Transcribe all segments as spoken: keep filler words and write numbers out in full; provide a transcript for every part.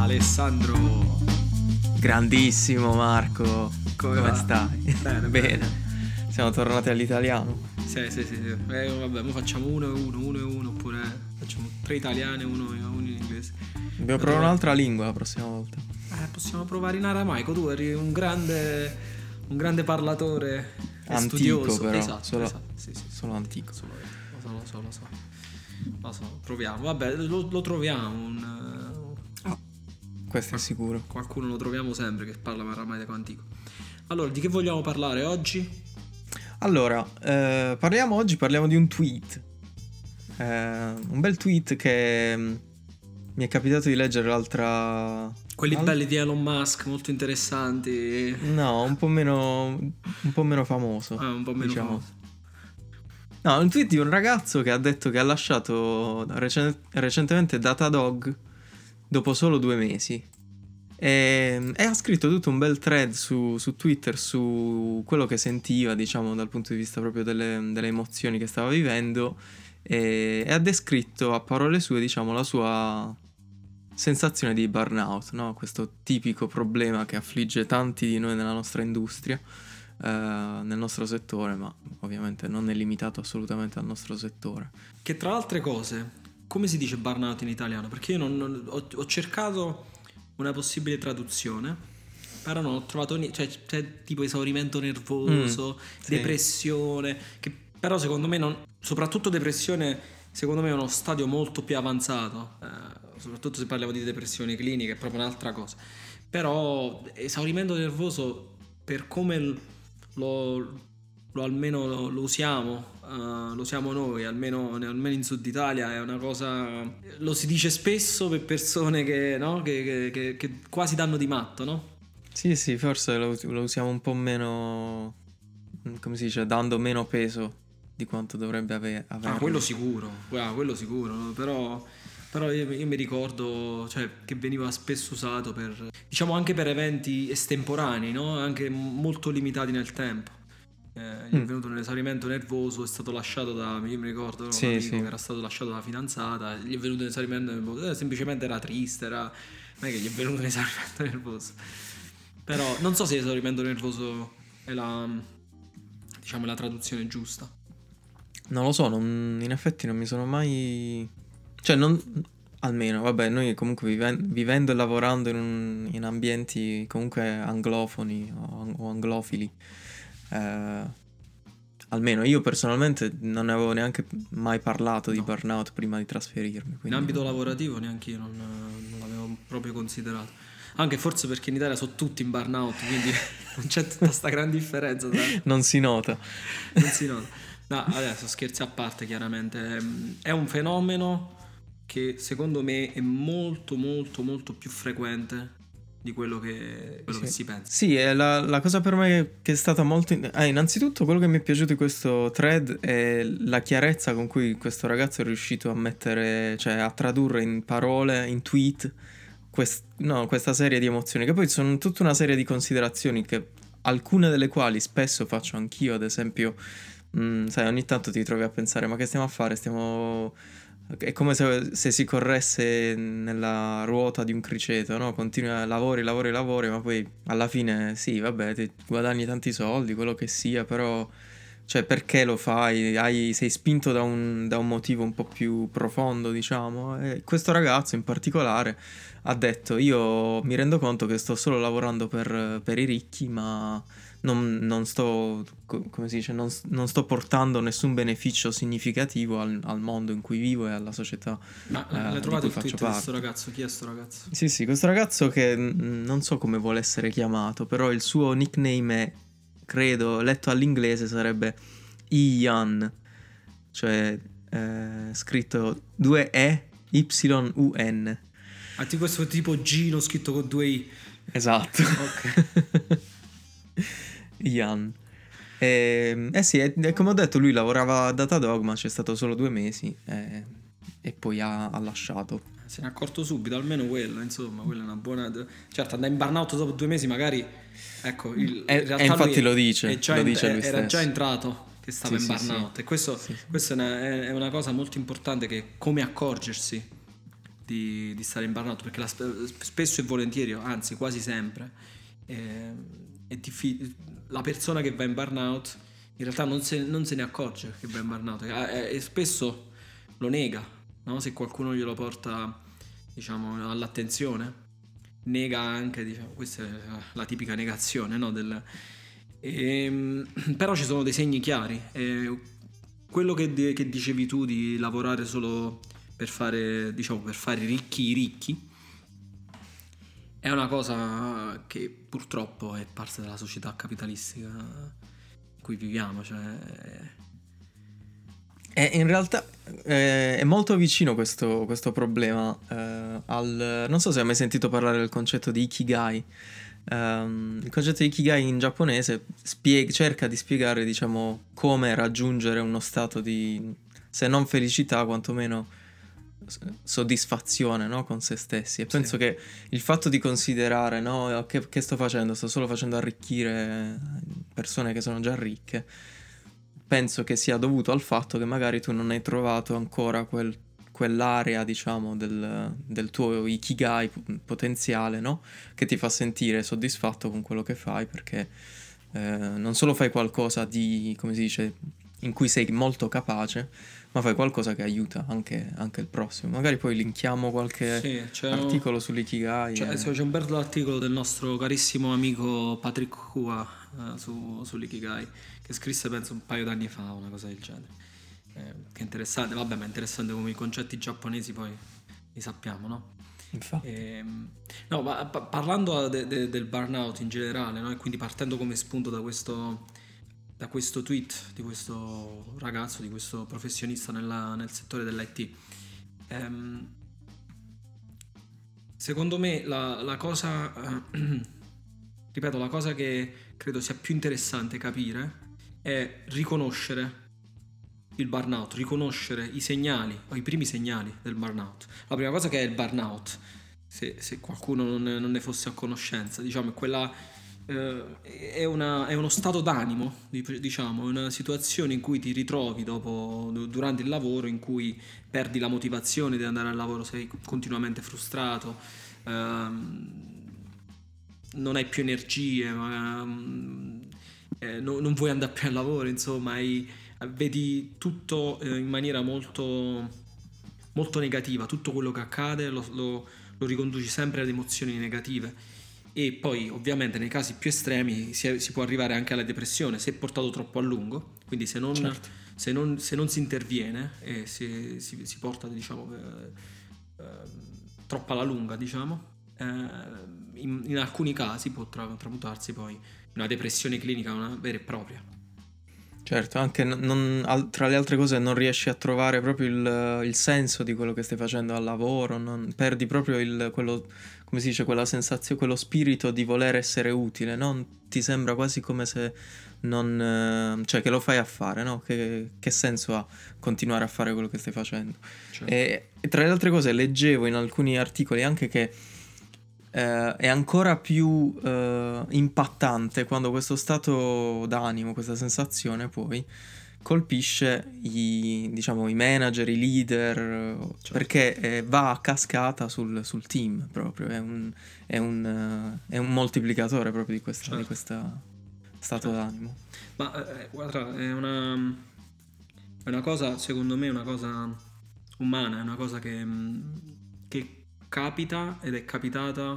Alessandro. Grandissimo Marco. Come, Come va? stai? Bene, Bene. Siamo tornati all'italiano. Sì, sì, sì, sì. Eh, vabbè, ora facciamo uno e uno, uno e uno, oppure facciamo tre italiane e uno, uno in inglese. Dobbiamo provare un'altra lingua la prossima volta. Eh, possiamo provare in aramaico. Tu eri un grande, un grande parlatore e Antico studioso. però, Esatto, solo, esatto. Sì, sì, solo antico. Solo, lo so, lo so, lo so. Lo so, proviamo. Vabbè, lo, lo troviamo un... Ah, questo è sicuro. Qualcuno lo troviamo sempre che parla aramaico antico. Allora, di che vogliamo parlare oggi? Allora, eh, parliamo oggi parliamo di un tweet. Eh, un bel tweet che mh, mi è capitato di leggere l'altra... Quelli Al... belli di Elon Musk, molto interessanti. No, un po' meno un po' meno famoso. Ah, un po' meno diciamo. famoso. No, un tweet di un ragazzo che ha detto che ha lasciato recen- recentemente Datadog dopo solo due mesi. E, e ha scritto tutto un bel thread su, su Twitter su quello che sentiva, diciamo, dal punto di vista proprio delle, delle emozioni che stava vivendo. E, e ha descritto a parole sue, diciamo, la sua sensazione di burnout, no? Questo tipico problema che affligge tanti di noi nella nostra industria. Uh, nel nostro settore, ma ovviamente non è limitato assolutamente al nostro settore. Che tra altre cose, come si dice burnout in italiano? Perché io non, non, ho, ho cercato una possibile traduzione, però non ho trovato niente. Cioè, c'è tipo esaurimento nervoso, mm, sì. depressione, che però secondo me non, soprattutto depressione secondo me è uno stadio molto più avanzato, eh, soprattutto se parliamo di depressione clinica, è proprio un'altra cosa. Però esaurimento nervoso, per come Lo, lo almeno lo, lo usiamo, uh, lo usiamo noi, almeno, almeno in Sud Italia è una cosa, lo si dice spesso per persone che, no? che, che, che, che quasi danno di matto, no? Sì, sì, forse lo, lo usiamo un po' meno, come si dice, dando meno peso di quanto dovrebbe ave- avere. Ah, quello sicuro, ah, quello sicuro, no? però... Però io, io mi ricordo, cioè, che veniva spesso usato per, diciamo, anche per eventi estemporanei, no? Anche molto limitati nel tempo. Eh, gli è venuto un esaurimento nervoso, è stato lasciato da, io mi ricordo sì, un amico sì. che era stato lasciato dalla fidanzata, gli è venuto un esaurimento nervoso, eh, semplicemente era triste, era, non è che gli è venuto un esaurimento nervoso. Però non so se esaurimento nervoso è la, diciamo, la traduzione giusta. Non lo so, non, in effetti non mi sono mai... Cioè, non, almeno, vabbè, noi comunque viven- vivendo e lavorando in, un, in ambienti comunque anglofoni o, o anglofili, eh, almeno io personalmente non ne avevo neanche mai parlato no. di burnout prima di trasferirmi. In ambito non... lavorativo neanche io non, non l'avevo proprio considerato. Anche forse perché in Italia sono tutti in burnout, quindi non c'è tutta sta gran differenza. Tra... non si nota. Non si nota. No, adesso scherzi a parte, chiaramente. È un fenomeno che secondo me è molto molto molto più frequente di quello che, quello sì. che si pensa. Sì, è la, la cosa per me che è stata molto... In... Eh, innanzitutto quello che mi è piaciuto di questo thread è la chiarezza con cui questo ragazzo è riuscito a mettere, cioè a tradurre in parole, in tweet, quest... no, questa serie di emozioni, che poi sono tutta una serie di considerazioni che alcune delle quali spesso faccio anch'io, ad esempio, mh, sai, ogni tanto ti trovi a pensare, ma che stiamo a fare? Stiamo... È come se, se si corresse nella ruota di un criceto, no? Continui a lavori, lavori, lavori, ma poi alla fine sì, vabbè, ti guadagni tanti soldi, quello che sia, però cioè perché lo fai? Hai, sei spinto da un, da un motivo un po' più profondo, diciamo. E questo ragazzo in particolare ha detto: io mi rendo conto che sto solo lavorando per, per i ricchi, ma non, non sto, come si dice, non, non sto portando nessun beneficio significativo al, al mondo in cui vivo e alla società. Ma eh, l'hai trovato il tweet parte. di questo ragazzo? Chi è sto ragazzo? Sì, sì, questo ragazzo che mh, non so come vuole essere chiamato, però il suo nickname è, credo, letto all'inglese sarebbe Ian, cioè eh, scritto due E Y U N. Ah, tipo questo tipo Gino scritto con due I. Esatto. Ok. Ian. Eh, eh sì, e, come ho detto, lui lavorava a Datadog, ma c'è stato solo due mesi e, e poi ha, ha lasciato. Se ne è accorto subito, almeno quello, insomma, quella è una buona... Certo, andare in burnout dopo due mesi magari, ecco, il, e, in realtà e infatti lui lo dice, è già lo in, dice lui era stesso. già entrato che stava sì, in sì, burnout sì. e questo, sì, sì. questo è, una, è una cosa molto importante, che come accorgersi di, di stare in burnout, perché la, spesso e volentieri, anzi quasi sempre, eh, è diffi- la persona che va in burnout in realtà non se, non se ne accorge che va in burnout e, e spesso lo nega, no? Se qualcuno glielo porta, diciamo, all'attenzione, nega anche, diciamo, questa è la tipica negazione, no? Del, e, però ci sono dei segni chiari. E quello che, de- che dicevi tu di lavorare solo per fare, diciamo, per fare ricchi i ricchi è una cosa che purtroppo è parte della società capitalistica in cui viviamo, cioè... E in realtà eh, è molto vicino questo, questo problema eh, al... Non so se hai mai sentito parlare del concetto di Ikigai. Um, il concetto di Ikigai in giapponese spiega, cerca di spiegare, diciamo, come raggiungere uno stato di, se non felicità, quantomeno soddisfazione, no? Con se stessi. E penso Sì. che il fatto di considerare, no? Che, che sto facendo? Sto solo facendo arricchire persone che sono già ricche. Penso che sia dovuto al fatto che magari tu non hai trovato ancora quel, quell'area, diciamo, del, del tuo ikigai potenziale, no? Che ti fa sentire soddisfatto con quello che fai, perché eh, non solo fai qualcosa di, come si dice, in cui sei molto capace, ma fai qualcosa che aiuta anche, anche il prossimo. Magari poi linkiamo qualche Sì, c'è articolo un, sull'ikigai. c'è, e... c'è un bel articolo del nostro carissimo amico Patrick Hua eh, su, sull'Ikigai, che scrisse penso un paio d'anni fa, una cosa del genere. Eh, che è interessante, vabbè, ma è interessante come i concetti giapponesi poi li sappiamo, no? Infatti. E, no, ma pa- parlando de- de- del burnout in generale, no? E quindi partendo come spunto da questo, da questo tweet di questo ragazzo, di questo professionista nella- nel settore dell'I T, ehm, secondo me la, la cosa, eh, ripeto, la cosa che credo sia più interessante capire è riconoscere il burnout, riconoscere i segnali o i primi segnali del burnout. La prima cosa che è il burnout, se, se qualcuno non ne, non ne fosse a conoscenza, diciamo, è quella eh, è, una- è uno stato d'animo, di- diciamo, è una situazione in cui ti ritrovi dopo, du- durante il lavoro, in cui perdi la motivazione di andare al lavoro, sei continuamente frustrato, ehm, non hai più energie, ma, mm, eh, no- non vuoi andare più al lavoro, insomma, hai- vedi tutto eh, in maniera molto, molto negativa, tutto quello che accade lo, lo- lo riconduci sempre ad emozioni negative. E poi ovviamente nei casi più estremi si, è- si può arrivare anche alla depressione se portato troppo a lungo, quindi se non, Certo. se non- se non si interviene e se si, si porta, diciamo, eh, eh, troppo alla lunga, diciamo, eh, in, in alcuni casi può tra- tramutarsi poi in una depressione clinica, una vera e propria. Certo, anche non- non- al- tra le altre cose non riesci a trovare proprio il, il senso di quello che stai facendo al lavoro, non- perdi proprio il, quello, come si dice, quella sensazione, quello spirito di voler essere utile, no? Ti sembra quasi come se non, eh, cioè che lo fai a fare, no? Che, che senso ha continuare a fare quello che stai facendo? Certo. E, e tra le altre cose leggevo in alcuni articoli anche che eh, è ancora più eh, impattante quando questo stato d'animo, questa sensazione poi colpisce i, diciamo, i manager, i leader, eh, Certo. perché eh, va a cascata sul, sul team proprio, è un, è un, eh, è un moltiplicatore proprio di questa, Certo. di questo stato Certo. d'animo. Ma eh, guarda, è una, è una cosa, secondo me, è una cosa umana, è una cosa che, mh, che capita ed è capitata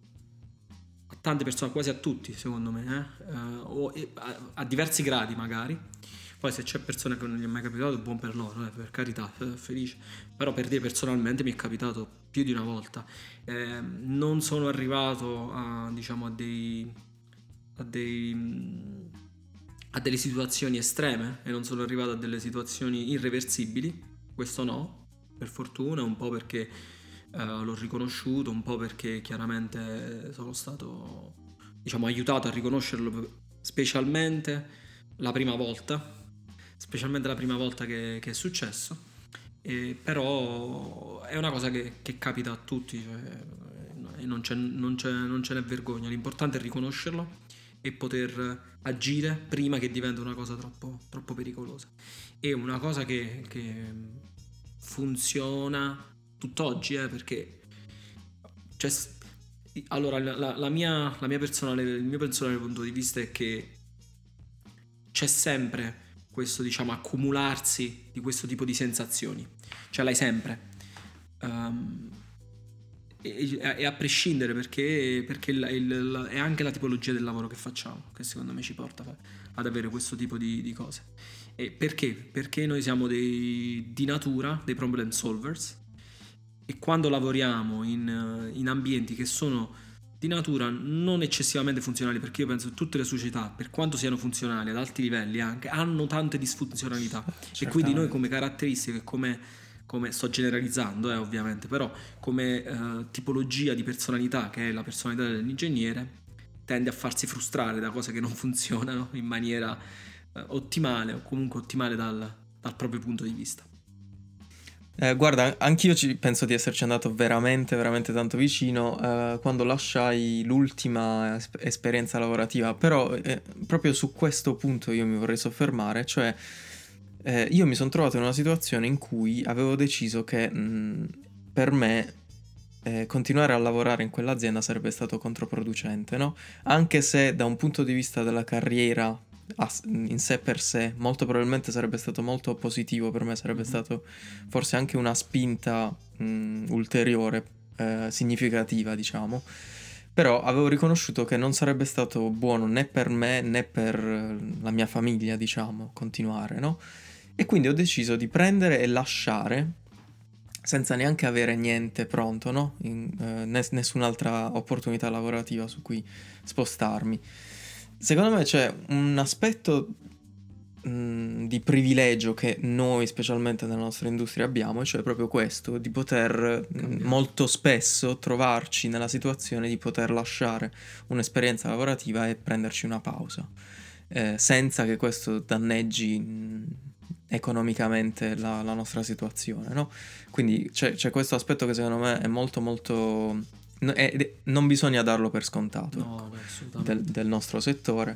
a tante persone, quasi a tutti, secondo me, eh? Eh, o e- a, a diversi gradi magari. Poi se c'è persone che non gli è mai capitato, buon per loro, eh, per carità, eh, felice. Però per dire personalmente mi è capitato più di una volta. Eh, non sono arrivato a, diciamo, a dei, a dei, mh, a delle situazioni estreme e non sono arrivato a delle situazioni irreversibili. Questo no, per fortuna, un po' perché eh, l'ho riconosciuto, un po' perché chiaramente sono stato, diciamo, aiutato a riconoscerlo, specialmente la prima volta, specialmente la prima volta che, che è successo. E però è una cosa che, che capita a tutti, cioè, e non, c'è, non, c'è, non ce n'è vergogna, l'importante è riconoscerlo e poter agire prima che diventi una cosa troppo, troppo pericolosa. E una cosa che, che funziona tutt'oggi, eh, perché cioè, allora la, la mia, la mia personale, il mio personale punto di vista è che c'è sempre questo, diciamo, accumularsi di questo tipo di sensazioni, cioè l'hai sempre. Um, e, e a prescindere, perché, perché il, il, è anche la tipologia del lavoro che facciamo che secondo me ci porta ad avere questo tipo di, di cose. E perché? Perché noi siamo dei, di natura dei problem solvers, e quando lavoriamo in, in ambienti che sono di natura non eccessivamente funzionali, perché io penso che tutte le società, per quanto siano funzionali ad alti livelli anche, hanno tante disfunzionalità. Certamente. E quindi noi come caratteristiche, come, come sto generalizzando eh, ovviamente, però come eh, tipologia di personalità, che è la personalità dell'ingegnere, tende a farsi frustrare da cose che non funzionano in maniera eh, ottimale, o comunque ottimale dal, dal proprio punto di vista. Eh, guarda, anch'io ci penso di esserci andato veramente, veramente tanto vicino eh, quando lasciai l'ultima es- esperienza lavorativa, però eh, proprio su questo punto io mi vorrei soffermare, cioè eh, io mi sono trovato in una situazione in cui avevo deciso che mh, per me eh, continuare a lavorare in quell'azienda sarebbe stato controproducente, no? Anche se da un punto di vista della carriera in sé per sé molto probabilmente sarebbe stato molto positivo per me, sarebbe mm-hmm. stato forse anche una spinta mh, ulteriore eh, significativa, diciamo, però avevo riconosciuto che non sarebbe stato buono né per me né per la mia famiglia, diciamo, continuare, no? E quindi ho deciso di prendere e lasciare senza neanche avere niente pronto, no? In, eh, ness- nessun'altra opportunità lavorativa su cui spostarmi. Secondo me c'è un aspetto mh, di privilegio che noi, specialmente nella nostra industria, abbiamo, e cioè proprio questo, di poter mh, molto spesso trovarci nella situazione di poter lasciare un'esperienza lavorativa e prenderci una pausa, eh, senza che questo danneggi mh, economicamente la, la nostra situazione, no? Quindi c'è, c'è questo aspetto che secondo me è molto molto... E non bisogna darlo per scontato, no, ecco, del, del nostro settore.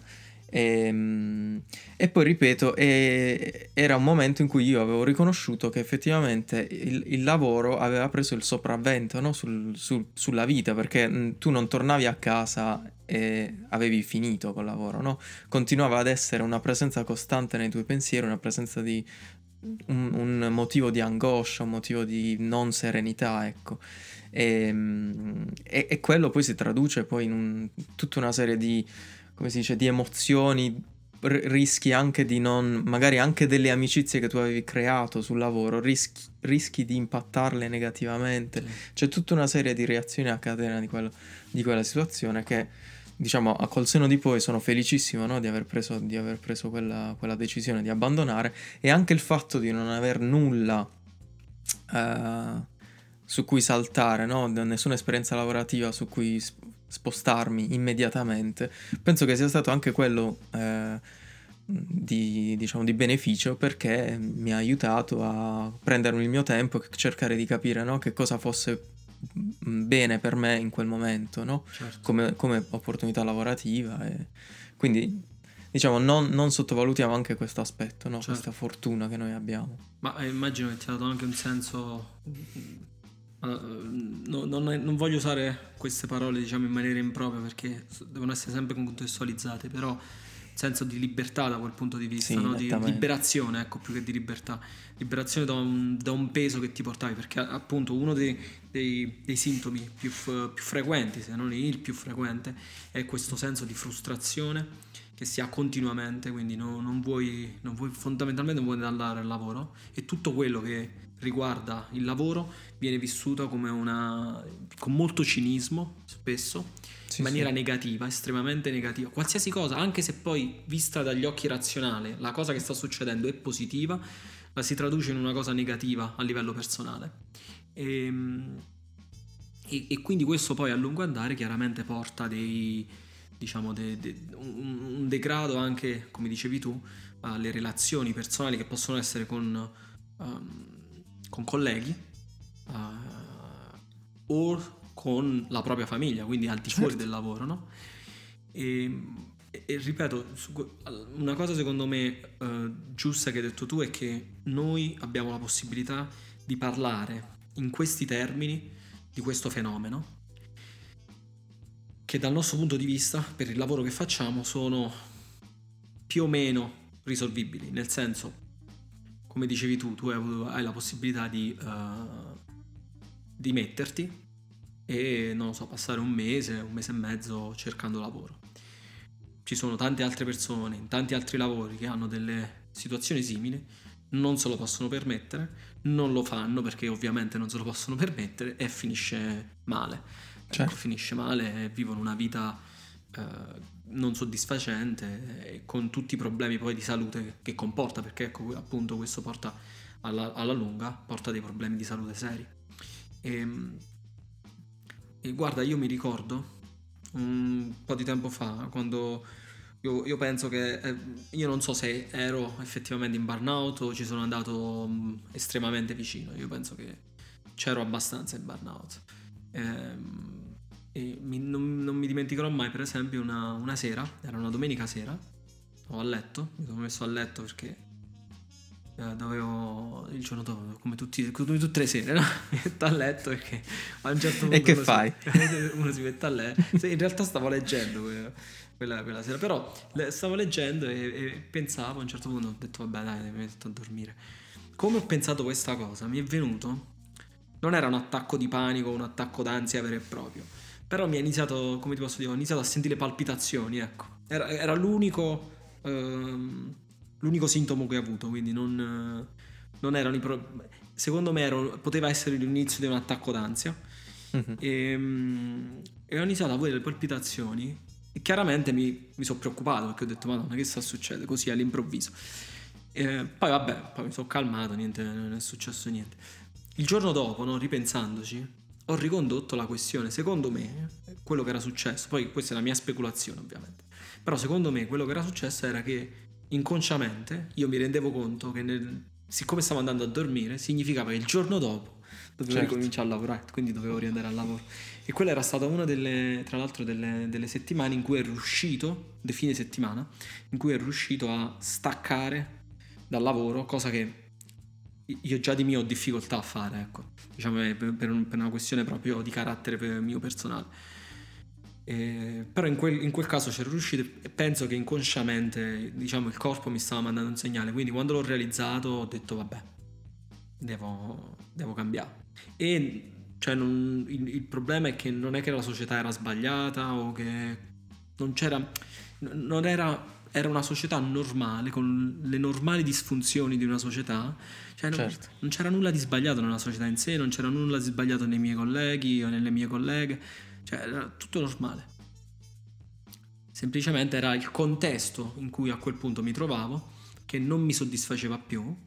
E, e poi ripeto, e, era un momento in cui io avevo riconosciuto che effettivamente il, il lavoro aveva preso il sopravvento, no? sul, sul, sulla vita, perché mh, tu non tornavi a casa e avevi finito col lavoro, no? Continuava ad essere una presenza costante nei tuoi pensieri, una presenza di un, un motivo di angoscia, un motivo di non serenità, ecco. E, e, e quello poi si traduce poi in un, tutta una serie di, come si dice, di emozioni, r- rischi anche di non, magari anche delle amicizie che tu avevi creato sul lavoro, rischi, rischi di impattarle negativamente. Sì. C'è tutta una serie di reazioni a catena di, quello, di quella situazione che, diciamo, a col senno di poi sono felicissimo, no, di aver preso, di aver preso quella, quella decisione di abbandonare, e anche il fatto di non aver nulla uh, su cui saltare, no? Nessuna esperienza lavorativa su cui spostarmi immediatamente, penso che sia stato anche quello eh, di, diciamo, di beneficio, perché mi ha aiutato a prendermi il mio tempo e cercare di capire, no? Che cosa fosse bene per me in quel momento, no? Certo. come, come opportunità lavorativa, e quindi diciamo non, non sottovalutiamo anche questo aspetto, no? Certo. Questa fortuna che noi abbiamo. Ma eh, immagino che ti ha dato anche un senso... No, non, non voglio usare queste parole, diciamo, in maniera impropria, perché devono essere sempre contestualizzate, però senso di libertà da quel punto di vista, sì, no? Di liberazione, ecco, più che di libertà, liberazione da un, da un peso che ti portavi, perché appunto uno dei, dei, dei sintomi più, più frequenti, se non il più frequente, è questo senso di frustrazione che si ha continuamente, quindi no, non vuoi, non vuoi fondamentalmente non vuoi andare al lavoro, e tutto quello che riguarda il lavoro viene vissuto come una, con molto cinismo spesso, sì, in maniera sì. negativa, estremamente negativa. Qualsiasi cosa, anche se poi vista dagli occhi razionali la cosa che sta succedendo è positiva, la si traduce in una cosa negativa a livello personale, e, e, e quindi questo poi a lungo andare chiaramente porta dei, diciamo de, de, un, un degrado anche, come dicevi tu, alle relazioni personali che possono essere con um, con colleghi uh, o con la propria famiglia, quindi al di fuori certo. del lavoro, no? E, e, e ripeto, una cosa secondo me uh, giusta che hai detto tu è che noi abbiamo la possibilità di parlare in questi termini di questo fenomeno, che dal nostro punto di vista, per il lavoro che facciamo, sono più o meno risolvibili. Nel senso, come dicevi tu, tu hai, avuto, hai la possibilità di, uh, di metterti e, non lo so, passare un mese, un mese e mezzo cercando lavoro. Ci sono tante altre persone in tanti altri lavori che hanno delle situazioni simili, non se lo possono permettere, non lo fanno perché ovviamente non se lo possono permettere e finisce male. Certo. Ecco, finisce male e vivono una vita eh, non soddisfacente e con tutti i problemi poi di salute che comporta, perché ecco, appunto questo porta alla, alla lunga porta dei problemi di salute seri. E, e guarda, io mi ricordo un po' di tempo fa, quando io, io penso che eh, io non so se ero effettivamente in burnout o ci sono andato mh, estremamente vicino. Io penso che c'ero abbastanza in burnout. Ehm, e mi, non, non mi dimenticherò mai, per esempio, una, una sera, era una domenica sera, ero a letto, mi sono messo a letto perché eh, dovevo il giorno dopo, come, tutti, come tutte le sere, no? Mi metto a letto perché a un certo punto e che fai? Si, uno si mette a letto. In realtà stavo leggendo quella, quella, quella sera, però stavo leggendo e, e pensavo, a un certo punto ho detto vabbè dai, mi metto a dormire. Come ho pensato questa cosa, mi è venuto, non era un attacco di panico, un attacco d'ansia vero e proprio, però mi ha iniziato, come ti posso dire, ho iniziato a sentire palpitazioni, ecco. Era, era l'unico ehm, l'unico sintomo che ho avuto, quindi non, non erano i pro... secondo me ero, poteva essere l'inizio di un attacco d'ansia. Mm-hmm. e, e ho iniziato a avere le palpitazioni e chiaramente mi, mi sono preoccupato perché ho detto madonna, che sta succedendo così all'improvviso. E poi vabbè, poi mi sono calmato, niente, non è successo niente. Il giorno dopo, no, ripensandoci, ho ricondotto la questione. Secondo me quello che era successo, poi questa è la mia speculazione ovviamente, però secondo me quello che era successo era che inconsciamente io mi rendevo conto che nel, siccome stavo andando a dormire significava che il giorno dopo dovevo certo. ricominciare a lavorare, quindi dovevo riandare al lavoro. E quella era stata una delle, tra l'altro, delle, delle settimane in cui ero riuscito, di fine settimana, in cui ero riuscito a staccare dal lavoro, cosa che io già di mio ho difficoltà a fare, ecco, diciamo per, per una questione proprio di carattere mio personale. Eh, però in quel, in quel caso c'ero riuscito e penso che inconsciamente, diciamo, il corpo mi stava mandando un segnale, quindi quando l'ho realizzato ho detto vabbè, devo, devo cambiare. E cioè non, il, il problema è che non è che la società era sbagliata o che non c'era, non era, era una società normale con le normali disfunzioni di una società, cioè non, certo. non c'era nulla di sbagliato nella società in sé, non c'era nulla di sbagliato nei miei colleghi o nelle mie colleghe, cioè era tutto normale. Semplicemente era il contesto in cui a quel punto mi trovavo che non mi soddisfaceva più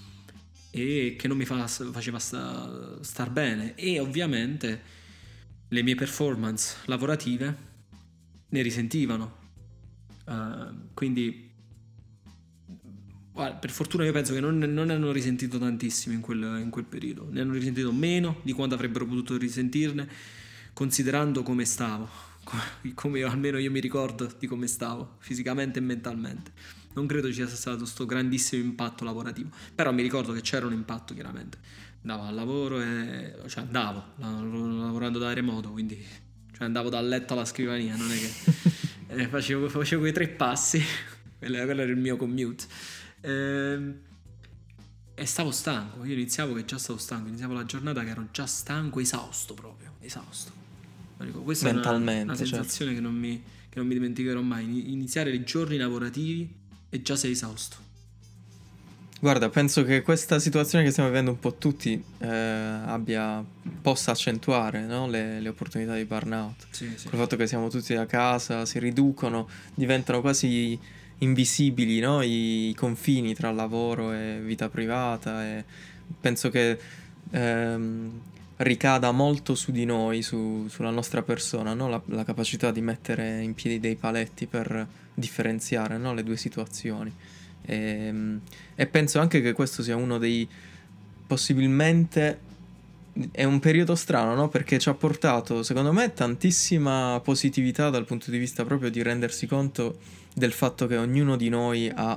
e che non mi fa, faceva sta, star bene, e ovviamente le mie performance lavorative ne risentivano. Uh, quindi guarda, per fortuna io penso che non, non ne hanno risentito tantissimo in quel, in quel periodo, ne hanno risentito meno di quanto avrebbero potuto risentirne, considerando come stavo, come io, almeno io mi ricordo di come stavo fisicamente e mentalmente. Non credo ci sia stato questo grandissimo impatto lavorativo, però mi ricordo che c'era un impatto, chiaramente. Andavo al lavoro e cioè andavo lavorando da remoto, quindi cioè andavo dal letto alla scrivania, non è che eh, facevo, facevo quei tre passi, quello, quello era il mio commute. E, e stavo stanco, io iniziavo che già stavo stanco, iniziavo la giornata che ero già stanco, esausto proprio, esausto. Questa mentalmente, è una, una sensazione certo. che, non mi, che non mi dimenticherò mai, iniziare i giorni lavorativi e già sei esausto. Guarda, penso che questa situazione che stiamo vivendo un po' tutti eh, abbia possa accentuare, no? le, le opportunità di burnout. Sì, sì. Col fatto che siamo tutti a casa, si riducono, diventano quasi invisibili, no? I, i confini tra lavoro e vita privata, e penso che ehm, ricada molto su di noi, su, sulla nostra persona, no? la, la capacità di mettere in piedi dei paletti per differenziare, no? le due situazioni. E, e penso anche che questo sia uno dei, possibilmente è un periodo strano, no? Perché ci ha portato, secondo me, tantissima positività dal punto di vista proprio di rendersi conto del fatto che ognuno di noi ha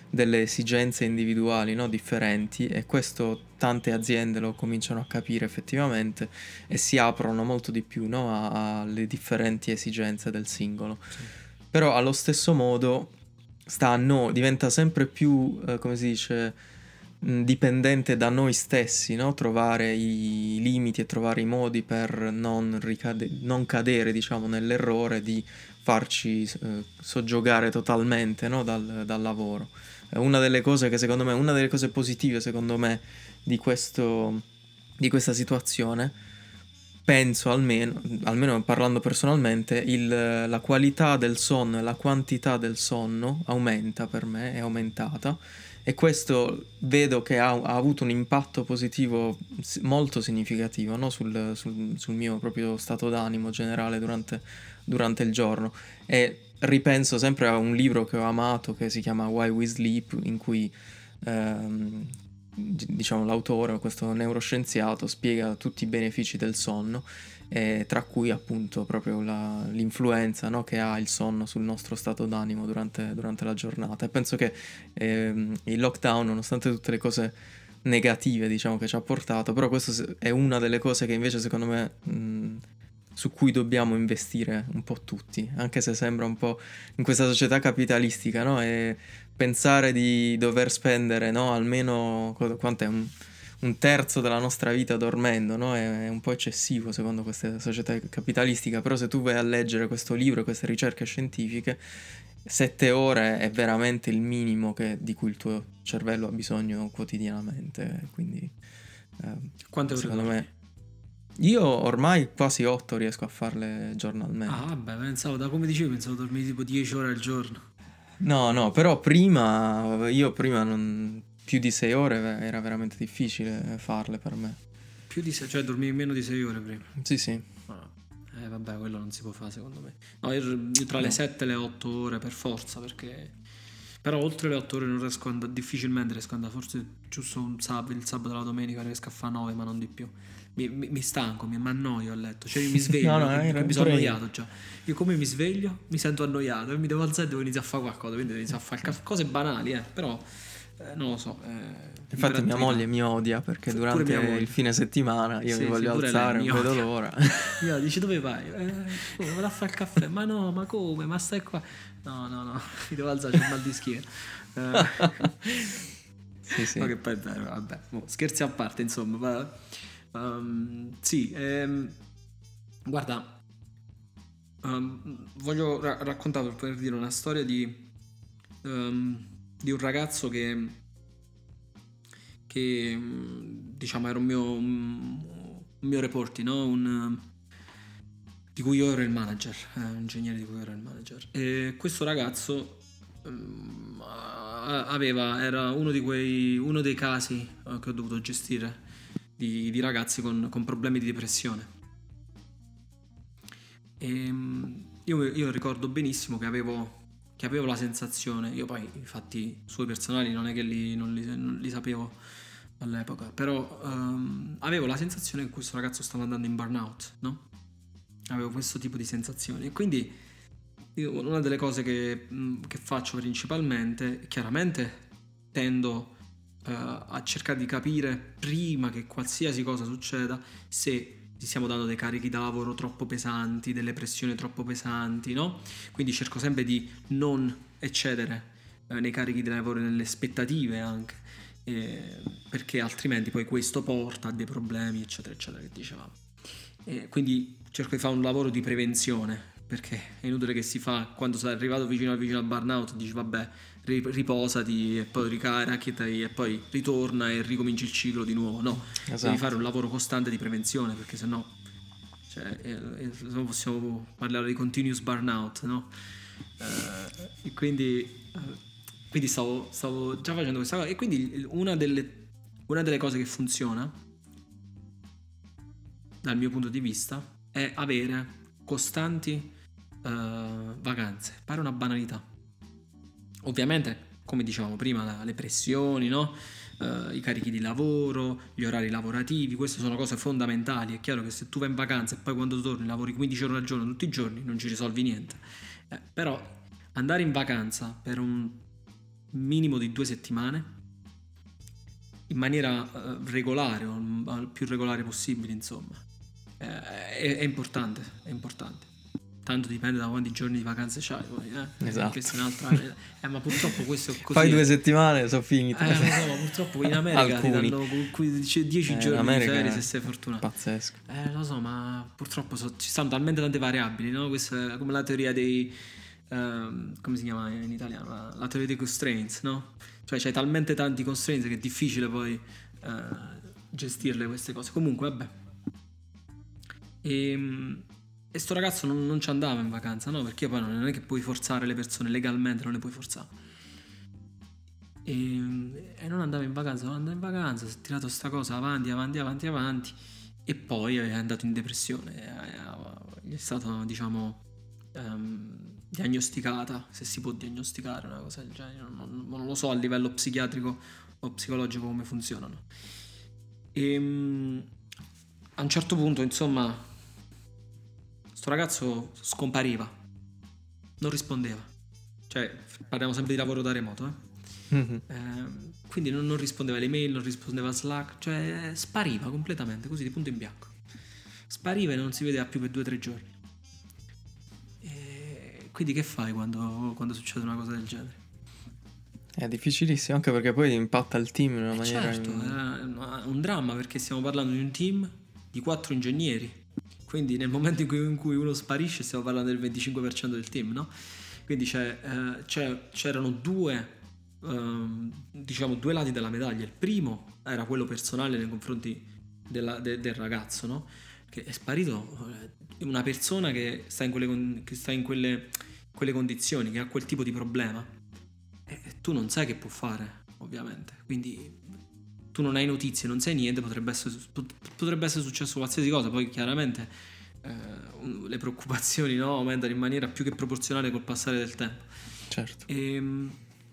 delle esigenze individuali, no? Differenti, e questo tante aziende lo cominciano a capire effettivamente e si aprono molto di più, no? a- alle differenti esigenze del singolo. Sì. Però allo stesso modo sta a noi, diventa sempre più, eh, come si dice, mh, dipendente da noi stessi, no? Trovare i limiti e trovare i modi per non, ricade- non cadere, diciamo, nell'errore di farci eh, soggiogare totalmente, no? dal, dal lavoro. È una delle cose che secondo me, una delle cose positive secondo me di questo, di questa situazione, penso almeno, almeno parlando personalmente, il, la qualità del sonno e la quantità del sonno aumenta per me, è aumentata, e questo vedo che ha, ha avuto un impatto positivo s- molto significativo, no? sul, sul- sul mio proprio stato d'animo generale durante, durante il giorno. E ripenso sempre a un libro che ho amato che si chiama Why We Sleep, in cui ehm, d- diciamo l'autore, questo neuroscienziato, spiega tutti i benefici del sonno, eh, tra cui appunto proprio la- l'influenza, no, che ha il sonno sul nostro stato d'animo durante, durante la giornata. E penso che ehm, il lockdown, nonostante tutte le cose negative, diciamo, che ci ha portato, però questo se- è una delle cose che invece secondo me mh, su cui dobbiamo investire un po' tutti, anche se sembra un po' in questa società capitalistica, no? E pensare di dover spendere, no? Almeno co- quanto è un, un terzo della nostra vita dormendo, no? È, è un po' eccessivo secondo questa società capitalistica, però se tu vai a leggere questo libro e queste ricerche scientifiche, sette ore è veramente il minimo che- di cui il tuo cervello ha bisogno quotidianamente, quindi eh, Quante ore secondo dormi? me io ormai quasi otto riesco a farle Ah, giornalmente. vabbè, pensavo, da come dicevi, pensavo dormire tipo dieci ore al giorno. No, no, però prima, io prima non, più di sei ore era veramente difficile farle per me. Più di sei, cioè dormivi meno di sei ore prima. Sì, sì, Ah, eh, vabbè, quello non si può fare secondo me. No, io, io tra le no. sette e le otto ore per forza, perché... Però oltre le otto ore non riesco a andare, difficilmente riesco ad andare, forse giusto un sabato, il sabato e la domenica riesco a fare nove, ma non di più. Mi, mi, mi stanco, mi, mi annoio a letto, cioè io mi No, sveglio, no, che, che era mi sono pure io. annoiato già. Io come mi sveglio mi sento annoiato e mi devo alzare e devo iniziare a fare qualcosa, quindi devo iniziare a fare il caffè, cose banali, eh, però eh, non lo so, eh, Infatti mia moglie iperattività. mi odia perché Fu- Pure durante mia il moglie. fine settimana io mi Sì, sì, voglio pure lei alzare, mi non vedo odia. l'ora. Io dici dove vai? Eh, come, vado a fare il caffè? Ma no, ma come? Ma stai qua? No, no, no, mi devo alzare, c'ho il mal di schiena. Eh, Sì, ma sì. che poi è vero, vabbè, mo, scherzi a parte, insomma. ma- ehm, sì, ehm, guarda, ehm, voglio ra- raccontare per dire una storia di, ehm, di un ragazzo che, che mm, diciamo era un mio, un, un mio reporting, no? Un, di cui io ero il manager, eh, un ingegnere di cui io ero il manager. E questo ragazzo ehm, a- aveva, era uno di quei, uno dei casi eh, che ho dovuto gestire di, di ragazzi con, con problemi di depressione. E mm, io, io ricordo benissimo che avevo, che avevo la sensazione, io poi i fatti suoi personali non è che li, non li, non li sapevo all'epoca, però ehm, avevo la sensazione che questo ragazzo stava andando in burnout, no? Avevo questo tipo di sensazioni e quindi io una delle cose che, mh, che faccio principalmente, chiaramente tendo eh, a cercare di capire prima che qualsiasi cosa succeda se ti stiamo dando dei carichi da lavoro troppo pesanti, delle pressioni troppo pesanti, no? Quindi cerco sempre di non eccedere eh, nei carichi di lavoro e nelle aspettative anche, eh, perché altrimenti poi questo porta a dei problemi, eccetera, eccetera, che dicevamo. E quindi cerco di fare un lavoro di prevenzione, perché è inutile che si fa quando sei arrivato vicino al vicino al burnout, dici vabbè, ri- riposati e poi ricaricati e poi ritorna e ricominci il ciclo di nuovo. No, devi fare Esatto. un lavoro costante di prevenzione, perché sennò cioè, eh, eh, se no possiamo parlare di continuous burnout, no? Eh, e quindi, eh, quindi stavo, stavo già facendo questa cosa e quindi il- una delle, una delle cose che funziona dal mio punto di vista, è avere costanti eh, vacanze. Pare una banalità. Ovviamente, come dicevamo prima, la- le pressioni, no? Eh, i carichi di lavoro, gli orari lavorativi, queste sono cose fondamentali. È chiaro che se tu vai in vacanza e poi quando torni lavori quindici ore al giorno tutti i giorni, non ci risolvi niente. Eh, però andare in vacanza per un minimo di due settimane in maniera uh, regolare o il più regolare possibile, insomma. Eh, è, è importante, è importante. Tanto dipende da quanti giorni di vacanze c'hai poi, eh. Esatto. Questa è un'altra... eh, ma purtroppo questo è così. Fai due settimane, sono finite. Eh, lo so, ma purtroppo in America ti Alcuni. danno dieci Eh, giorni America di ferie è se sei fortunato. Pazzesco. Eh, lo so, ma purtroppo so- ci stanno talmente tante variabili, no? Questa è come la teoria dei... ehm, come si chiama in italiano? La, la teoria dei constraints, no? Cioè c'hai talmente tanti constraints che è difficile poi eh, gestirle queste cose. Comunque, vabbè. E, e sto ragazzo non, non ci andava in vacanza, no? Perché poi non è che puoi forzare le persone legalmente, non le puoi forzare. E, e non andava in vacanza, non andava in vacanza, si è tirato sta cosa avanti, avanti, avanti, avanti. E poi è andato in depressione. Gli è stata, diciamo, um, diagnosticata, se si può diagnosticare una cosa del genere. Non, non lo so a livello psichiatrico o psicologico come funzionano. E um, a un certo punto, insomma, sto ragazzo scompariva, non rispondeva. Cioè, parliamo sempre di lavoro da remoto, eh? Mm-hmm. Eh, quindi non, non rispondeva alle mail, non rispondeva a Slack, cioè spariva completamente, così di punto in bianco. Spariva e non si vedeva più per due o tre giorni. E quindi che fai quando, quando succede una cosa del genere? È difficilissimo, anche perché poi impatta il team in una Eh maniera... certo, in- è un dramma perché stiamo parlando di un team di quattro ingegneri. Quindi nel momento in cui, in cui uno sparisce stiamo parlando del venticinque per cento del team, no? Quindi c'è, eh, c'è, c'erano due... Uh, diciamo due lati della medaglia. Il primo era quello personale nei confronti della, de, del ragazzo, no? Che è sparito una persona che sta in quelle, che sta in quelle, quelle condizioni, che ha quel tipo di problema, e tu non sai che può fare, ovviamente. Quindi tu non hai notizie, non sai niente, potrebbe essere, potrebbe essere successo qualsiasi cosa. Poi chiaramente eh, le preoccupazioni, no, aumentano in maniera più che proporzionale col passare del tempo. Certo. E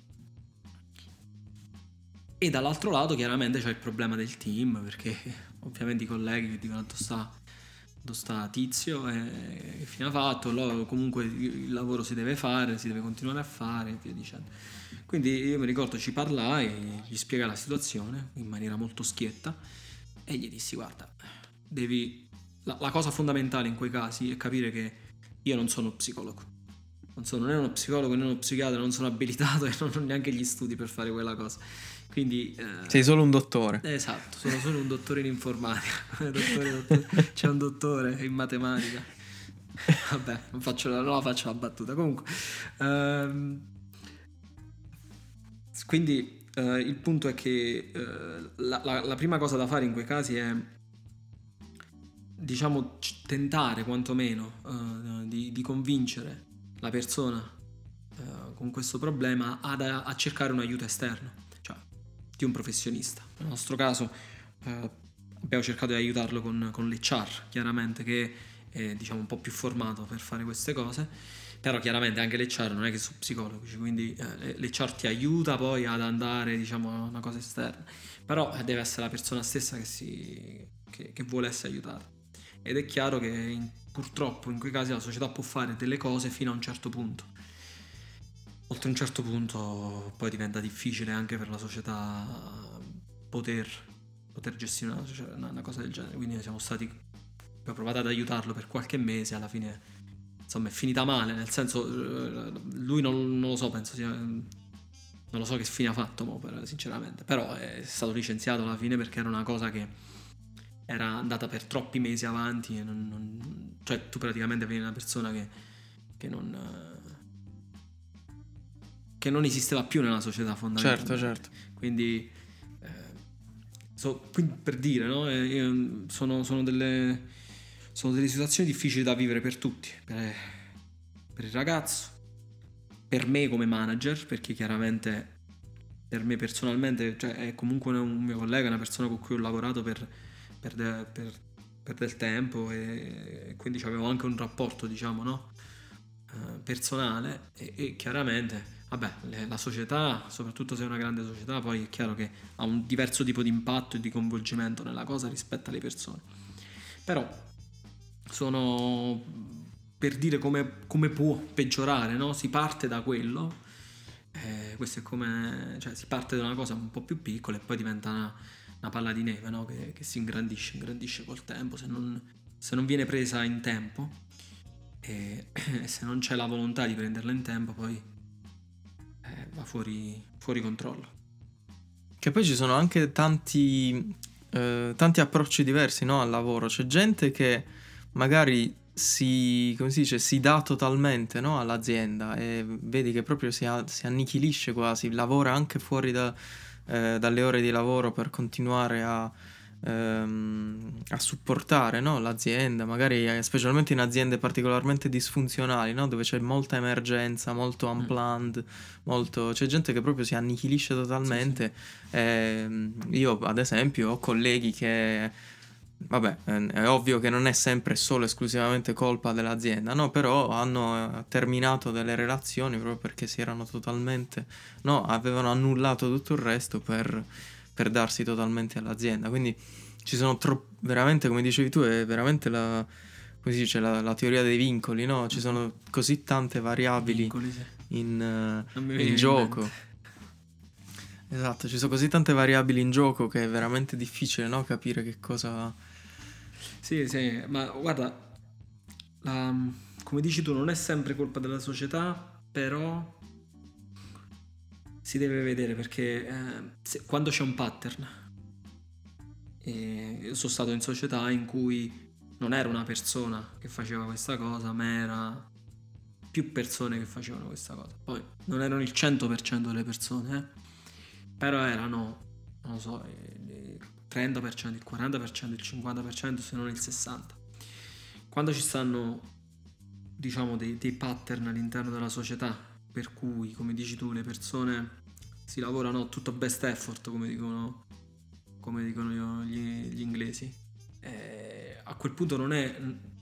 E dall'altro lato chiaramente c'è il problema del team, perché ovviamente i colleghi che dicono dove sta, dove sta tizio e che fine ha fatto, lo, comunque il lavoro si deve fare, si deve continuare a fare e via dicendo. Quindi io mi ricordo ci parlai, gli spiegai la situazione in maniera molto schietta e gli dissi guarda, devi la, la cosa fondamentale in quei casi è capire che io non sono psicologo. Non sono né uno psicologo né uno psichiatra, non sono abilitato e non ho neanche gli studi per fare quella cosa. Quindi eh, sei solo un dottore. Esatto, sono solo un dottore in informatica. dottore, dottore. C'è un dottore in matematica. Vabbè, non, faccio la, non la faccio la battuta. Comunque ehm, quindi eh, il punto è che eh, la, la, la prima cosa da fare in quei casi è, diciamo, tentare quantomeno eh, di, di convincere la persona eh, con questo problema ad, a cercare un aiuto esterno, cioè di un professionista. Nel nostro caso eh, abbiamo cercato di aiutarlo con, con l'H R, chiaramente, che è, diciamo, un po' più formato per fare queste cose, però chiaramente anche l'H R non è che sono psicologi, quindi eh, l'H R ti aiuta poi ad andare, diciamo, a una cosa esterna, però deve essere la persona stessa che, si, che, che vuole essere aiutata. Ed è chiaro che in, purtroppo in quei casi la società può fare delle cose fino a un certo punto. Oltre un certo punto poi diventa difficile anche per la società poter, poter gestire una, una cosa del genere. Quindi siamo stati, abbiamo provato ad aiutarlo per qualche mese, alla fine insomma è finita male, nel senso lui non, non lo so, penso sia, non lo so che fine ha fatto mo, per, sinceramente, però è stato licenziato alla fine perché era una cosa che era andata per troppi mesi avanti e non, non, cioè tu praticamente avevi una persona che, che non che non esisteva più nella società, fondamentalmente. Certo, certo. Quindi, eh, so, quindi per dire, no? Eh, sono, sono delle sono delle situazioni difficili da vivere per tutti, per, per il ragazzo, per me come manager, perché chiaramente per me personalmente, cioè, è comunque un mio collega, una persona con cui ho lavorato per Per, de, per, per del tempo e, e quindi avevo anche un rapporto, diciamo, no? Uh, personale e, e chiaramente vabbè, le, la società, soprattutto se è una grande società, poi è chiaro che ha un diverso tipo di impatto e di coinvolgimento nella cosa rispetto alle persone, però sono per dire come, come può peggiorare, no? Si parte da quello, eh, eh, questo è come, cioè si parte da una cosa un po' più piccola e poi diventa una, una palla di neve, no? che, che si ingrandisce, ingrandisce col tempo, se non, se non viene presa in tempo e, e se non c'è la volontà di prenderla in tempo poi eh, va fuori, fuori controllo. Che poi ci sono anche tanti, eh, tanti approcci diversi, no, al lavoro. C'è gente che magari si, come si dice, si dà totalmente, no, all'azienda e vedi che proprio si, a- si annichilisce quasi, lavora anche fuori da, eh, dalle ore di lavoro per continuare a, ehm, a supportare, no, l'azienda, magari eh, specialmente in aziende particolarmente disfunzionali, no, dove c'è molta emergenza, molto Mm. unplanned, molto... c'è gente che proprio si annichilisce totalmente. Ehm, io ad esempio ho colleghi che, vabbè, eh, è ovvio che non è sempre solo esclusivamente colpa dell'azienda, no? Però hanno eh, terminato delle relazioni proprio perché si erano totalmente, no? Avevano annullato tutto il resto per, per darsi totalmente all'azienda. Quindi ci sono tro- veramente, come dicevi tu, è veramente la, come si dice, la, la teoria dei vincoli, no? Ci sono così tante variabili Vincoli, sì. in, eh, Non mi in veniva in gioco. mente. Esatto, ci sono così tante variabili in gioco che è veramente difficile, no? Capire che cosa... Sì, sì, ma guarda, la- come dici tu, non è sempre colpa della società, però si deve vedere perché eh, se- quando c'è un pattern, e io sono stato in società in cui non era una persona che faceva questa cosa, ma era più persone che facevano questa cosa. Poi non erano il cento per cento delle persone, eh, però erano, non lo so, il trenta per cento, il quaranta per cento, il cinquanta per cento, se non il sessanta per cento. Quando ci stanno, diciamo, dei, dei pattern all'interno della società, per cui, come dici tu, le persone si lavorano tutto best effort, come dicono, come dicono gli, gli inglesi, eh, a quel punto non è...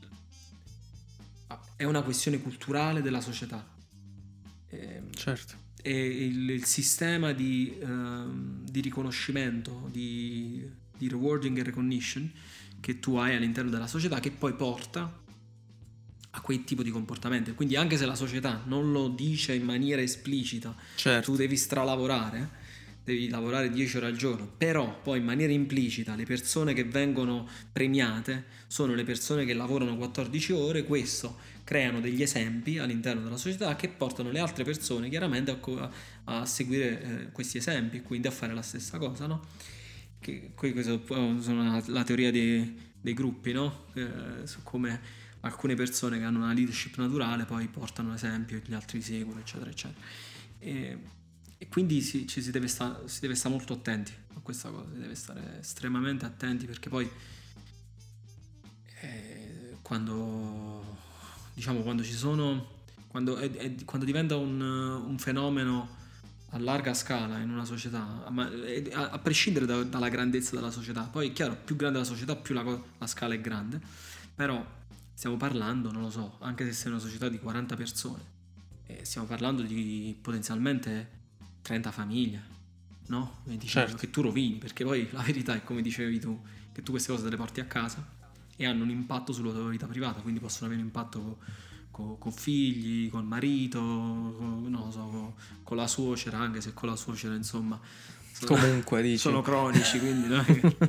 è una questione culturale della società. Eh, Certo. e il, il sistema di, ehm, di riconoscimento, di, di rewarding e recognition che tu hai all'interno della società che poi porta a quel tipo di comportamento. Quindi anche se la società non lo dice in maniera esplicita, Certo. tu devi stralavorare, devi lavorare dieci ore al giorno, però poi in maniera implicita le persone che vengono premiate sono le persone che lavorano quattordici ore, questo creano degli esempi all'interno della società che portano le altre persone chiaramente a, co- a seguire eh, questi esempi e quindi a fare la stessa cosa, no? Che, questo sono la, la teoria dei, dei gruppi, no? Eh, su come alcune persone che hanno una leadership naturale poi portano esempio e gli altri seguono, eccetera, eccetera. E, e quindi si, ci si deve, sta, si deve stare molto attenti a questa cosa, si deve stare estremamente attenti perché poi eh, quando, diciamo, quando ci sono, quando, è, è, quando diventa un, un fenomeno a larga scala in una società, ma a, a prescindere da, dalla grandezza della società, poi è chiaro, più grande la società, più la, la scala è grande, però stiamo parlando, non lo so, anche se sei una società di quaranta persone, eh, stiamo parlando di potenzialmente trenta famiglie, no? E dici Certo. che tu rovini, perché poi la verità è come dicevi tu, che tu queste cose te le porti a casa e hanno un impatto sulla tua vita privata, quindi possono avere un impatto con co, co figli, col marito, con, non lo so, co, con la suocera, anche se con la suocera insomma sono, Comunque dici. sono cronici, quindi no?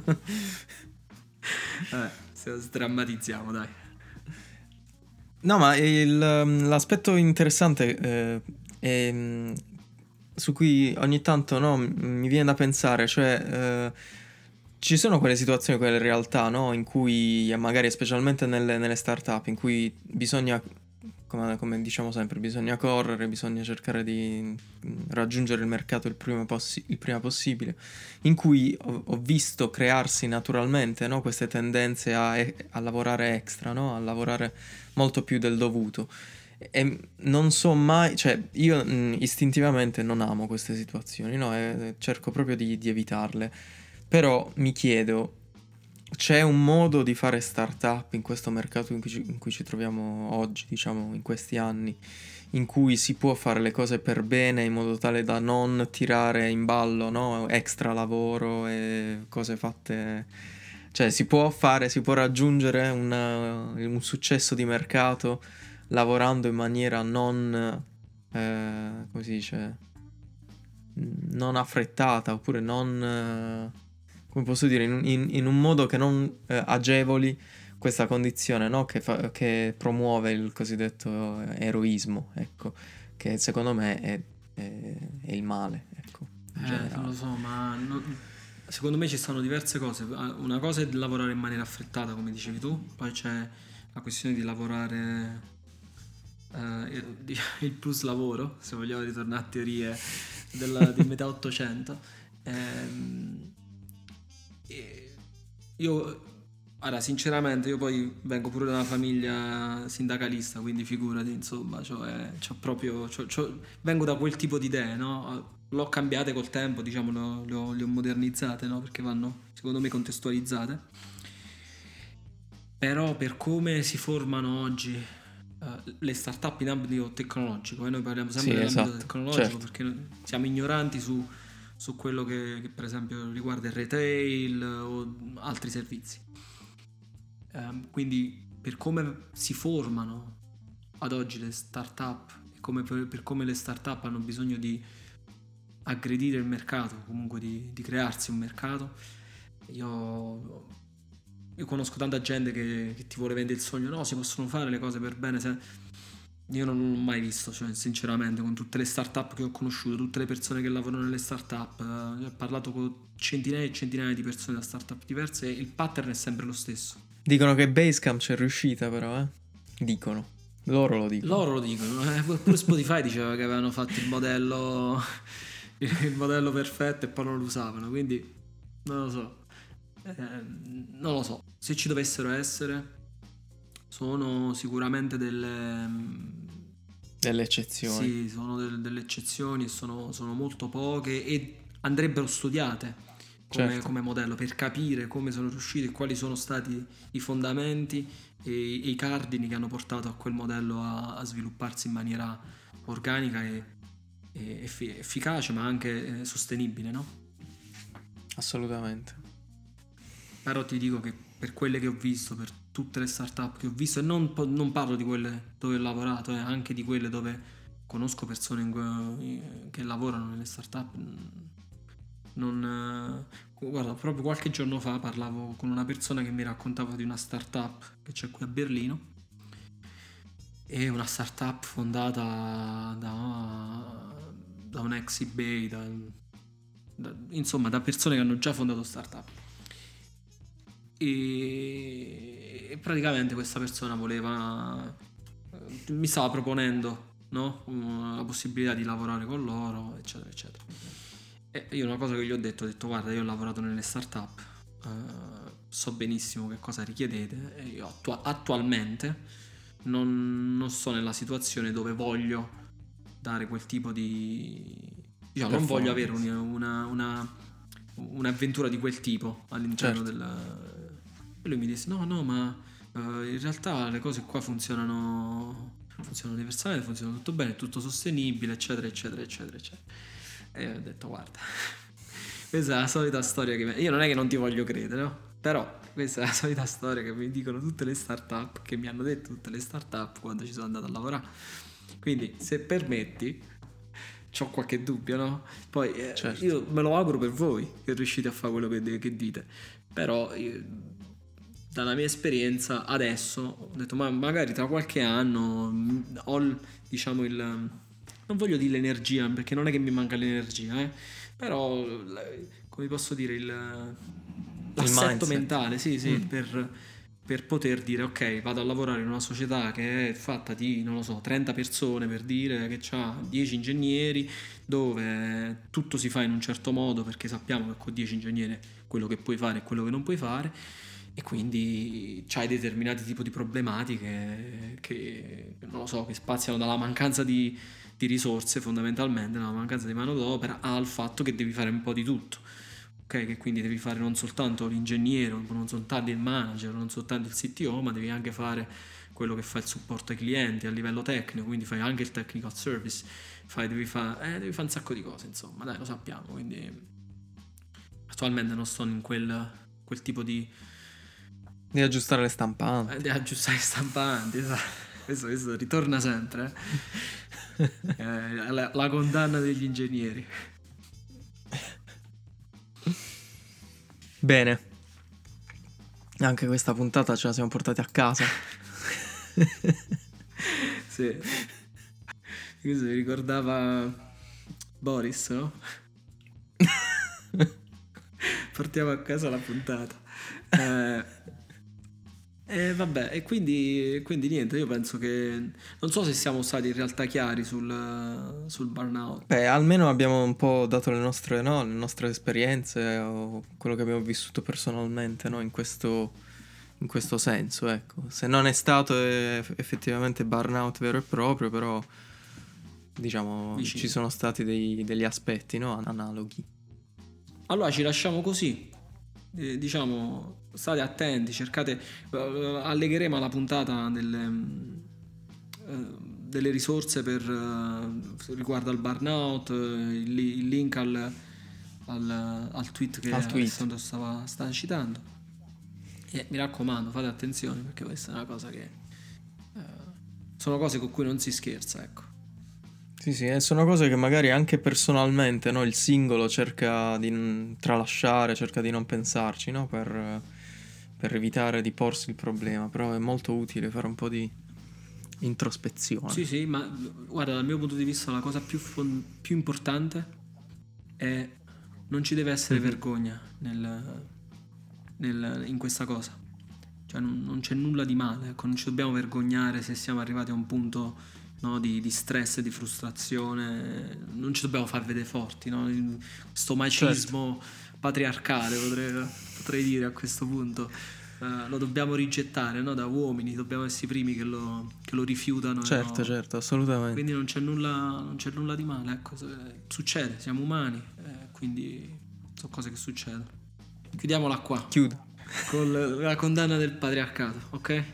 eh, sdrammatizziamo, dai. No, ma il, l'aspetto interessante eh, è, mm, su cui ogni tanto no, m- mi viene da pensare, cioè eh, ci sono quelle situazioni, quelle realtà, no, in cui eh, magari specialmente nelle, nelle start-up, in cui bisogna, come, come diciamo sempre, bisogna correre, bisogna cercare di mm, raggiungere il mercato il prima, possi- il prima possibile, in cui ho, ho visto crearsi naturalmente, no, queste tendenze a, a lavorare extra, no, a lavorare molto più del dovuto. E non so mai, cioè io mh, istintivamente non amo queste situazioni, no? E cerco proprio di, di evitarle. Però mi chiedo, c'è un modo di fare startup in questo mercato in cui ci, in cui ci troviamo oggi, diciamo, in questi anni, in cui si può fare le cose per bene in modo tale da non tirare in ballo, no? Extra lavoro e cose fatte... Cioè si può fare, si può raggiungere una- un successo di mercato lavorando in maniera non, eh, come si dice, non affrettata, oppure non, eh, come posso dire, in, in- in un modo che non eh, agevoli questa condizione, no? Che, fa- che promuove il cosiddetto eroismo, ecco, che secondo me è, è- è il male, ecco, in Eh, non lo generale. so, ma non- secondo me ci stanno diverse cose. Ah, una cosa è lavorare in maniera affrettata, come dicevi tu, poi c'è la questione di lavorare eh, il, di- il plus lavoro, se vogliamo ritornare a teorie del, di metà ottocento. Ehm, e io, ora, sinceramente, io poi vengo pure da una famiglia sindacalista, quindi figurati, insomma, cioè, c'ho proprio, c'ho- c'ho- vengo da quel tipo di idee, no? L'ho cambiate col tempo, diciamo, le ho, le ho- le ho modernizzate, no? Perché vanno, secondo me, contestualizzate. Però per come si formano oggi eh, le start-up in ambito tecnologico, e noi parliamo Sì, sempre dell'ambito esatto, tecnologico certo. perché noi siamo ignoranti su, su quello che, che per esempio riguarda il retail o altri servizi. Ehm, quindi per come si formano ad oggi le start-up e come per, per come le start-up hanno bisogno di aggredire il mercato, comunque di, di crearsi un mercato, io, io conosco tanta gente che, che ti vuole vendere il sogno, no, si possono fare le cose per bene. Se, io non l'ho mai visto, cioè, sinceramente, con tutte le start-up che ho conosciuto, tutte le persone che lavorano nelle start-up, eh, ho parlato con centinaia e centinaia di persone da start-up diverse e il pattern è sempre lo stesso. Dicono che Basecamp c'è riuscita però, eh? Dicono. Loro lo dicono. Loro lo dicono, eh, pure Spotify diceva che avevano fatto il modello, il modello perfetto e poi non lo usavano, quindi non lo so. Eh, non lo so, se ci dovessero essere, sono sicuramente delle, Delle eccezioni. sì, sono del- delle eccezioni e sono, sono molto poche e andrebbero studiate come, Certo, come modello per capire come sono riusciti e quali sono stati i fondamenti e, e i cardini che hanno portato a quel modello a, a svilupparsi in maniera organica e, e effi- efficace ma anche eh, sostenibile, no? assolutamente. Però ti dico che per quelle che ho visto, per tutte le startup che ho visto, e non, po- non parlo di quelle dove ho lavorato, eh, anche di quelle dove conosco persone in que- che lavorano nelle startup, mm, non... eh, guarda, proprio qualche giorno fa parlavo con una persona che mi raccontava di una startup che c'è qui a Berlino. È una startup fondata da, da un ex eBay, da, da- insomma da persone che hanno già fondato startup. E, e praticamente questa persona voleva, eh, mi stava proponendo, no? Um, la possibilità di lavorare con loro, eccetera, eccetera. E io una cosa che gli ho detto, ho detto guarda, io ho lavorato nelle startup, eh, so benissimo che cosa richiedete e io attua- attualmente non, non sto nella situazione dove voglio dare quel tipo di... diciamo, non voglio avere Performance. un- una, una, un'avventura di quel tipo all'interno Certo. del... E lui mi disse no, no, ma eh, in realtà le cose qua funzionano, funzionano diversamente, funzionano tutto bene, è tutto sostenibile, eccetera, eccetera, eccetera, eccetera. E ho detto guarda, questa è la solita storia che... Io non è che non ti voglio credere, no? Però questa è la solita storia che mi dicono tutte le start-up, che mi hanno detto tutte le start-up quando ci sono andato a lavorare. Quindi, se permetti, c'ho qualche dubbio, no? Poi eh, Certo. io me lo auguro per voi che riuscite a fare quello che, che dite. Però io, dalla mia esperienza adesso ho detto ma magari tra qualche anno mh, ho il- diciamo il non voglio dire l'energia perché non è che mi manca l'energia, eh, però l- come posso dire il Il l'assetto mindset. mentale, sì, sì, Mm. per, per poter dire ok, vado a lavorare in una società che è fatta di, non lo so, trenta persone per dire, che ha dieci ingegneri, dove tutto si fa in un certo modo perché sappiamo che con dieci ingegneri quello che puoi fare e quello che non puoi fare e quindi c'hai determinati tipi di problematiche che, non lo so, che spaziano dalla mancanza di, di risorse fondamentalmente, dalla mancanza di manodopera al fatto che devi fare un po' di tutto. Ok, che quindi devi fare non soltanto l'ingegnere, non soltanto il manager, non soltanto il C T O, ma devi anche fare quello che fa il supporto ai clienti a livello tecnico, quindi fai anche il technical service, fai, devi fare eh, devi fare un sacco di cose, insomma, dai, lo sappiamo, quindi attualmente non sto in quel, quel tipo di, Di aggiustare le eh, stampanti. di aggiustare i stampanti, esatto. questo, questo ritorna sempre, eh. Eh, la, la condanna degli ingegneri. Bene. Anche questa puntata ce la siamo portati a casa. Sì. Questo mi ricordava Boris, no? Portiamo a casa la puntata. Eh, e vabbè, e quindi, quindi niente, io penso che... Non so se siamo stati in realtà chiari sul, sul burnout. Beh, almeno abbiamo un po' dato le nostre, no, le nostre esperienze o quello che abbiamo vissuto personalmente, no, in questo, in questo senso, ecco. Se non è stato eh, effettivamente burnout vero e proprio, però diciamo Vicino. Ci sono stati dei, degli aspetti, no, analoghi. Allora ci lasciamo così. Eh, diciamo, state attenti, cercate, eh, allegheremo alla puntata delle, eh, delle risorse per eh, riguardo al burnout, eh, il, il link al, al, al tweet che Al tweet. Alessandro stava, stava citando. E mi raccomando, fate attenzione, perché questa è una cosa che eh, sono cose con cui non si scherza, ecco. Sì, sì, e sono cose che magari anche personalmente, no, il singolo cerca di n- tralasciare, cerca di non pensarci, no, per, per evitare di porsi il problema, però è molto utile fare un po' di introspezione. Sì, sì, ma guarda, dal mio punto di vista la cosa più, fon- più importante è non ci deve essere Mhm. vergogna nel, nel- in questa cosa. Cioè non, non c'è nulla di male, ecco, non ci dobbiamo vergognare se siamo arrivati a un punto, no, di, di stress e di frustrazione, non ci dobbiamo far vedere forti, no? Il- Questo macismo patriarcale, potrei, potrei dire a questo punto, eh, lo dobbiamo rigettare, no? Da uomini, dobbiamo essere i primi che lo, che lo rifiutano. e Certo, no- certo, assolutamente. Quindi non c'è nulla, non c'è nulla di male, ecco, se- succede, siamo umani, eh, quindi sono cose che succedono. Chiudiamola qua, Chiudo. con la condanna del patriarcato, ok?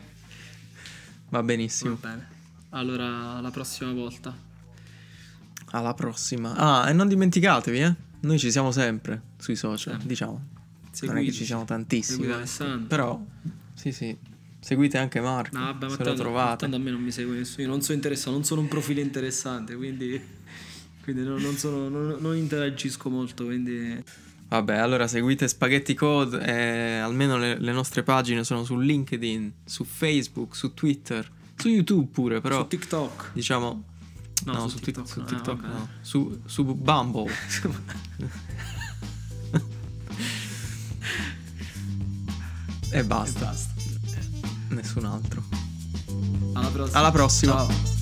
Va Va benissimo. bene. Allora, alla prossima volta. Alla prossima. Ah, e non dimenticatevi, eh. Noi ci siamo sempre sui social, Sempre. diciamo. Non è che Seguiteci. ci siamo tantissimi. Seguite ecco. Alessandro. Però, sì, sì. Seguite anche Marco, No, vabbè, ma se lo tanto, trovate. tanto a me non mi segue nessuno. Io non sono interessato, non sono un profilo interessante, quindi, quindi non, non, sono, non, non interagisco molto. Quindi Vabbè, allora seguite Spaghetti Code e almeno le, le nostre pagine sono su LinkedIn, su Facebook, su Twitter, su YouTube pure, però su TikTok. diciamo No, no, su su, TikTok Tik- su no, eh, TikTok vabbè. no, su, su Bumble. E basta. Basta. Nessun altro. Alla prossima. Alla prossima. Ciao.